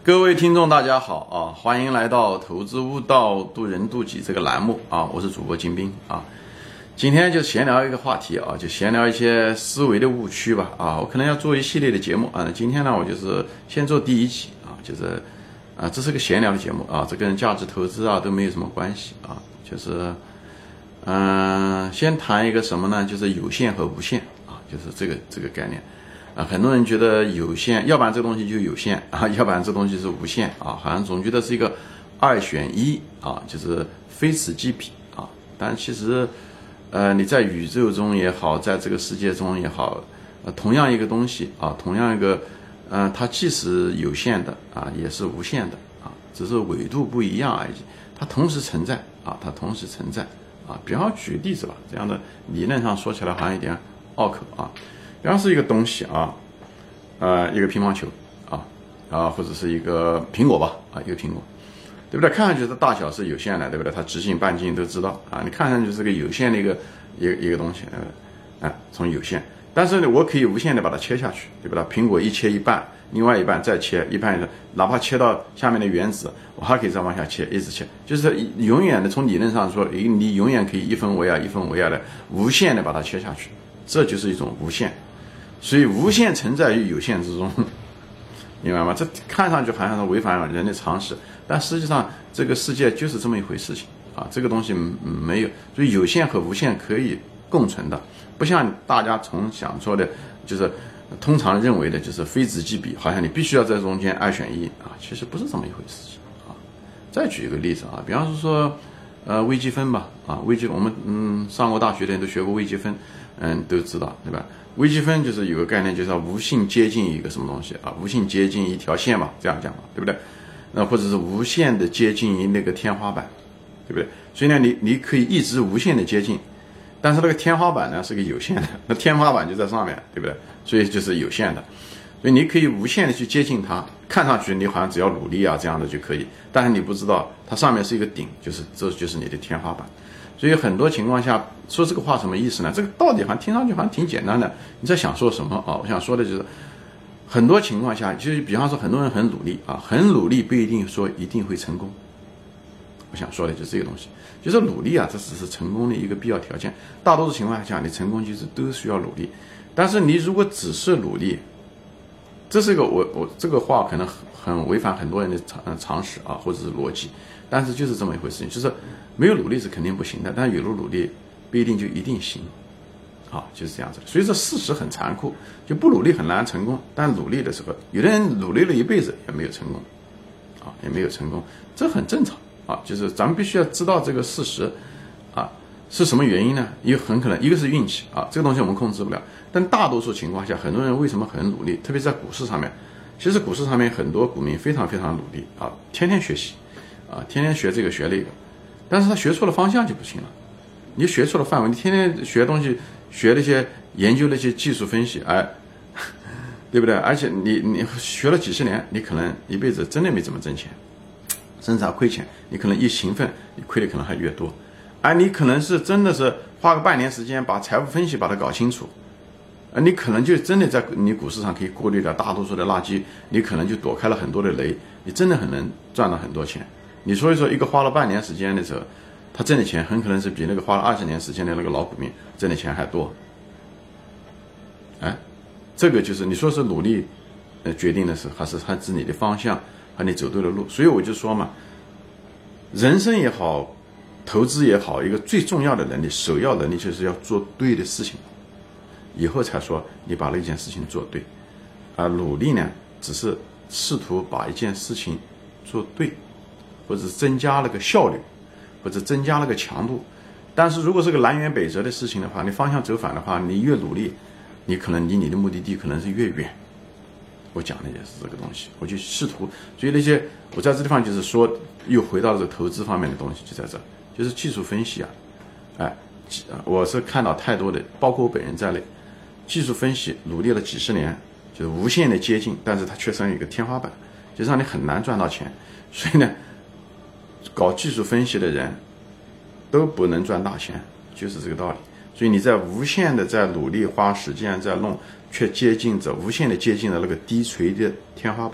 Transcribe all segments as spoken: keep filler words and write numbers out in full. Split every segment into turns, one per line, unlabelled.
各位听众大家好啊，欢迎来到投资悟道渡人渡己这个栏目啊，我是主播金兵啊。今天就闲聊一个话题啊，就闲聊一些思维的误区吧啊，我可能要做一系列的节目啊。今天呢，我就是先做第一期啊，就是啊，这是个闲聊的节目啊，这跟价值投资啊都没有什么关系啊，就是嗯、呃，先谈一个什么呢？就是有限和无限啊，就是这个这个概念。啊，很多人觉得有限，要不然这东西就有限啊，要不然这东西是无限啊，好像总觉得是一个二选一啊，就是非此即彼啊。但其实，呃，你在宇宙中也好，在这个世界中也好，呃，同样一个东西啊，同样一个，呃，它既是有限的啊，也是无限的啊，只是纬度不一样而已。它同时存在啊，它同时存在啊。比方举例子吧，这样的理论上说起来好像有点拗口啊。比方是一个东西啊，呃，一个乒乓球啊，啊，或者是一个苹果吧，啊，一个苹果，对不对？看上去它大小是有限的，对不对？它直径、半径都知道啊，你看上去是个有限的一个一个一个东西，呃，啊，从有限，但是呢，我可以无限的把它切下去，对不对？苹果一切一半，另外一半再切一半，哪怕切到下面的原子，我还可以再往下切，一直切，就是永远的从理论上说，你永远可以一分为二，一分为二的无限的把它切下去，这就是一种无限。所以无限存在于有限之中，明白吗？这看上去好像是违反人的常识，但实际上这个世界就是这么一回事情啊。这个东西没有，所以有限和无限可以共存的，不像大家从想说的，就是通常认为的，就是非此即彼，好像你必须要在中间二选一啊。其实不是这么一回事情啊。再举一个例子啊，比方说，呃，微积分吧啊，微积我们嗯上过大学的人都学过微积分，嗯，都知道对吧？微积分就是有个概念，就是要无限接近一个什么东西啊，无限接近一条线嘛，这样讲嘛，对不对？那或者是无限的接近于那个天花板，对不对？所以呢，你你可以一直无限的接近，但是那个天花板呢是个有限的，那天花板就在上面，对不对？所以就是有限的，所以你可以无限的去接近它，看上去你好像只要努力啊这样的就可以，但是你不知道它上面是一个顶，就是这就是你的天花板。所以很多情况下说这个话什么意思呢？这个道理好像听上去好像挺简单的，你在想说什么啊？我想说的就是，很多情况下，就是比方说很多人很努力啊，很努力不一定说一定会成功。我想说的就是这个东西，就是努力啊，这只是成功的一个必要条件。大多数情况下，你成功就是都需要努力，但是你如果只是努力，这是一个我我这个话可能很很违反很多人的常常识啊，或者是逻辑。但是就是这么一回事情，就是没有努力是肯定不行的，但有了努力不一定就一定行，啊，就是这样子的。所以这事实很残酷，就不努力很难成功，但努力的时候，有的人努力了一辈子也没有成功，啊，也没有成功，这很正常啊。就是咱们必须要知道这个事实，啊，是什么原因呢？一个很可能一个是运气啊，这个东西我们控制不了，但大多数情况下，很多人为什么很努力？特别是在股市上面，其实股市上面很多股民非常非常努力啊，天天学习。啊，天天学这个学那个，但是他学错了方向就不行了。你学错了范围，你天天学东西，学那些研究那些技术分析，哎，对不对？而且你你学了几十年，你可能一辈子真的没怎么挣钱，甚至还亏钱。你可能一勤奋，你亏的可能还越多。而你可能是真的是花个半年时间把财务分析把它搞清楚，啊，你可能就真的在你股市上可以过滤掉大多数的垃圾，你可能就躲开了很多的雷，你真的很能赚到很多钱。你说一说，一个花了半年时间的时候，他挣的钱很可能是比那个花了二十年时间的那个老股民挣的钱还多。哎，这个就是你说是努力，呃，决定的是还是还是你的方向和你走对了路。所以我就说嘛，人生也好，投资也好，一个最重要的能力，首要能力就是要做对的事情，以后才说你把那件事情做对。而努力呢，只是试图把一件事情做对。或者增加了个效率，或者增加了个强度，但是如果是个南辕北辙的事情的话，你方向走反的话，你越努力，你可能离你的目的地可能是越远。我讲的也是这个东西，我就试图，所以那些我在这地方就是说，又回到了这个投资方面的东西，就在这，就是技术分析啊，哎，我是看到太多的，包括我本人在内，技术分析努力了几十年，就是无限的接近，但是它确实有一个天花板，就让你很难赚到钱，所以呢。搞技术分析的人都不能赚大钱，就是这个道理。所以你在无限的在努力花时间在弄，却接近着无限的接近了那个低垂的天花板，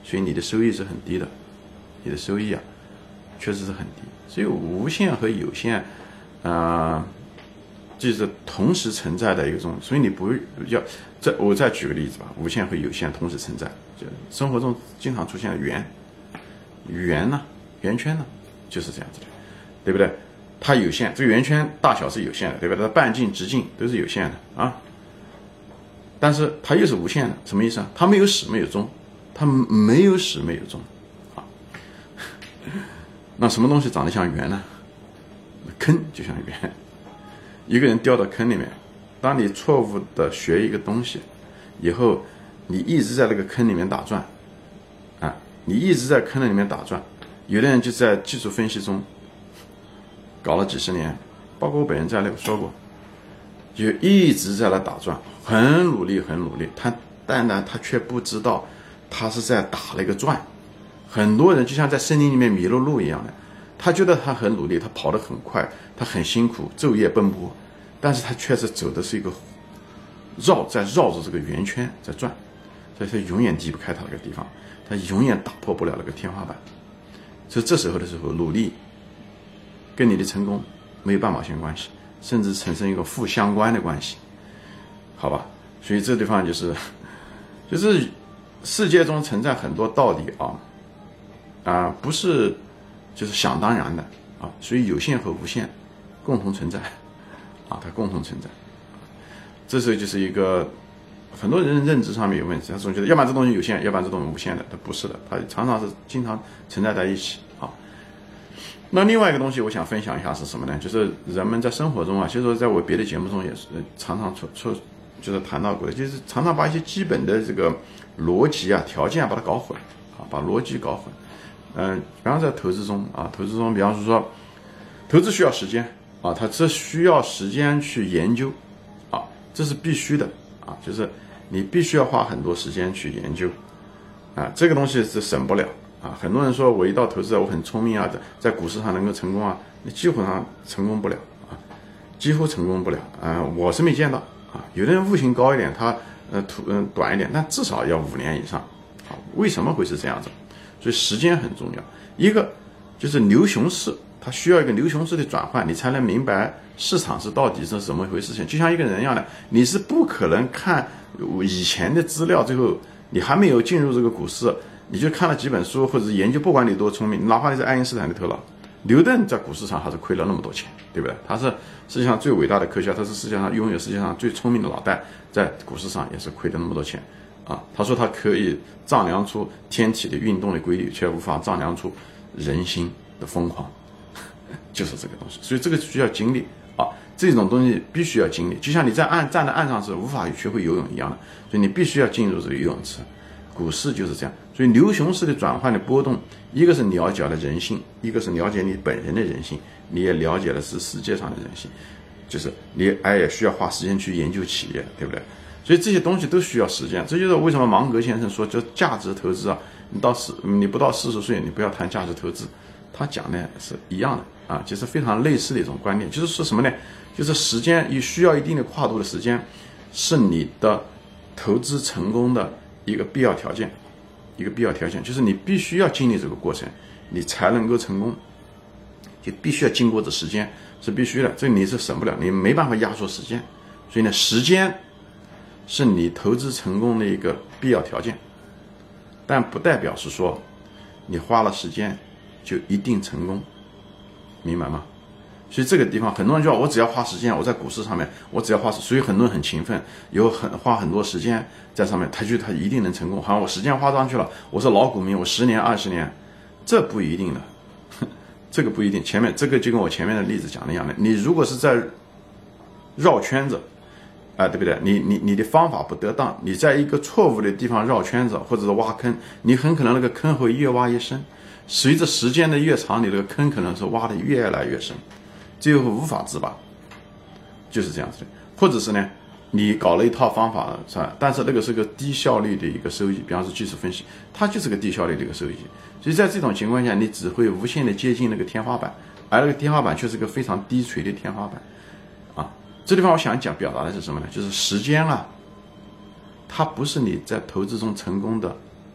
所以你的收益是很低的，你的收益啊确实是很低。所以无限和有限，呃，就是同时存在的一种，所以你不要再我再举个例子吧，无限和有限同时存在，就生活中经常出现的圆，圆呢，圆圈呢，就是这样子的，对不对？它有限，这个圆圈大小是有限的，对吧？它的半径、直径都是有限的啊。但是它又是无限的，什么意思啊？它没有始，没有终，它没有始，没有终啊。那什么东西长得像圆呢？坑就像圆。一个人掉到坑里面，当你错误的学一个东西以后，你一直在那个坑里面打转啊，你一直在坑里面打转。有的人就在技术分析中搞了几十年，包括我本人在内说过，就一直在那打转，很努力很努力，他但呢他却不知道他是在打了一个转。很多人就像在森林里面迷了路一样的，他觉得他很努力，他跑得很快，他很辛苦，昼夜奔波，但是他确实走的是一个绕在绕着这个圆圈在转，所以他永远离不开他那个地方，他永远打破不了那个天花板。所以这时候的时候，努力跟你的成功没有半毛钱关系，甚至产生一个负相关的关系，好吧？所以这地方就是就是世界中存在很多道理啊啊，不是就是想当然的啊，所以有限和无限共同存在啊，它共同存在。这时候就是一个很多人认知上面有问题，他总觉得要不然这东西有限，要不然这东西无限的，它不是的，它常常是经常存在在一起啊。那另外一个东西我想分享一下是什么呢？就是人们在生活中啊，其实在我别的节目中也是常常出出就是谈到过的，就是常常把一些基本的这个逻辑啊、条件啊把它搞混啊，把逻辑搞混。嗯、呃，比方在投资中啊，投资中，比方说投资需要时间啊，它这需要时间去研究啊，这是必须的啊，就是你必须要花很多时间去研究啊，这个东西是省不了啊。很多人说我一到投资我很聪明啊，在在股市上能够成功啊，你基本上成功不了啊，几乎成功不了啊，我是没见到啊。有的人悟性高一点，他呃图嗯短一点，但至少要五年以上啊。为什么会是这样子？所以时间很重要。一个就是牛熊市，它需要一个牛熊市的转换，你才能明白市场是到底是怎么一回事情。就像一个人一样的，你是不可能看以前的资料，最后你还没有进入这个股市，你就看了几本书或者是研究，不管你多聪明，哪怕你是爱因斯坦的头脑，牛顿在股市上还是亏了那么多钱，对不对？他是世界上最伟大的科学家，他是世界上拥有世界上最聪明的脑袋，在股市上也是亏了那么多钱啊。他说他可以丈量出天体的运动的规律，却无法丈量出人心的疯狂，就是这个东西。所以这个需要经历啊，这种东西必须要经历，就像你在岸站在岸上是无法学会游泳一样的，所以你必须要进入这个游泳池。股市就是这样，所以牛熊市的转换的波动，一个是了解了人性，一个是了解你本人的人性，你也了解的是世界上的人性，就是你哎也需要花时间去研究企业，对不对？所以这些东西都需要时间，这就是为什么芒格先生说，就价值投资啊，你到四你不到四十岁，你不要谈价值投资，他讲的是一样的啊，就是非常类似的一种观点，就是说什么呢？就是时间也需要一定的跨度的时间，是你的投资成功的一个必要条件，一个必要条件就是你必须要经历这个过程，你才能够成功，就必须要经过这时间是必须的，这你是省不了，你没办法压缩时间，所以呢，时间是你投资成功的一个必要条件，但不代表是说你花了时间就一定成功，明白吗？所以这个地方很多人就说我只要花时间，我在股市上面我只要花，所以很多人很勤奋，有很花很多时间在上面，他觉得他一定能成功，好像我时间花上去了，我是老股民，我十年二十年，这不一定的，这个不一定。前面这个就跟我前面的例子讲的一样的，你如果是在绕圈子啊、呃，对不对？你你你的方法不得当，你在一个错误的地方绕圈子或者是挖坑，你很可能那个坑会越挖越深，随着时间的越长，你这个坑可能是挖的越来越深，最后无法自拔，就是这样子的。或者是呢，你搞了一套方法是吧？但是那个是个低效率的一个收益，比方说技术分析，它就是个低效率的一个收益。所以在这种情况下，你只会无限的接近那个天花板，而那个天花板却是个非常低垂的天花板啊。这地方我想讲表达的是什么呢？就是时间啊，它不是你在投资中成功的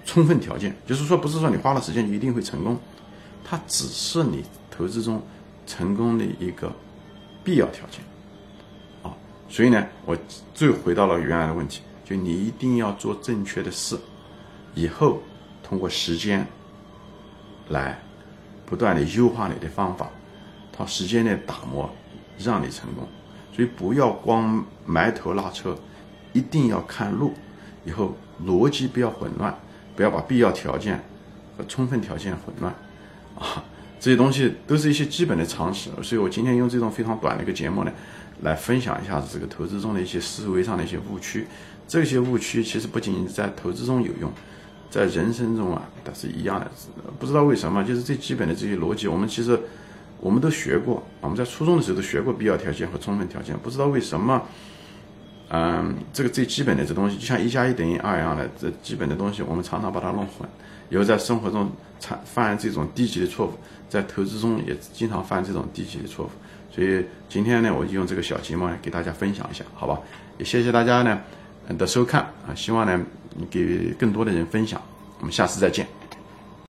充分条件，就是说不是说你花了时间就一定会成功，它只是你投资中成功的一个必要条件啊。所以呢，我最回到了原来的问题，就你一定要做正确的事，以后通过时间来不断的优化你的方法，到时间内打磨，让你成功。所以不要光埋头拉车，一定要看路，以后逻辑不要混乱，不要把必要条件和充分条件混乱啊。这些东西都是一些基本的常识，所以我今天用这种非常短的一个节目呢，来分享一下这个投资中的一些思维上的一些误区。这些误区其实不仅仅在投资中有用，在人生中啊，它是一样的。不知道为什么，就是最基本的这些逻辑，我们其实我们都学过，我们在初中的时候都学过必要条件和充分条件。不知道为什么，嗯，这个最基本的这东西，就像一加一等于二一样的，这基本的东西，我们常常把它弄混，以后在生活中犯这种低级的错误，在投资中也经常犯这种低级的错误。所以今天呢，我就用这个小节目呢，给大家分享一下，好吧？也谢谢大家呢的收看啊，希望呢你给更多的人分享，我们下次再见。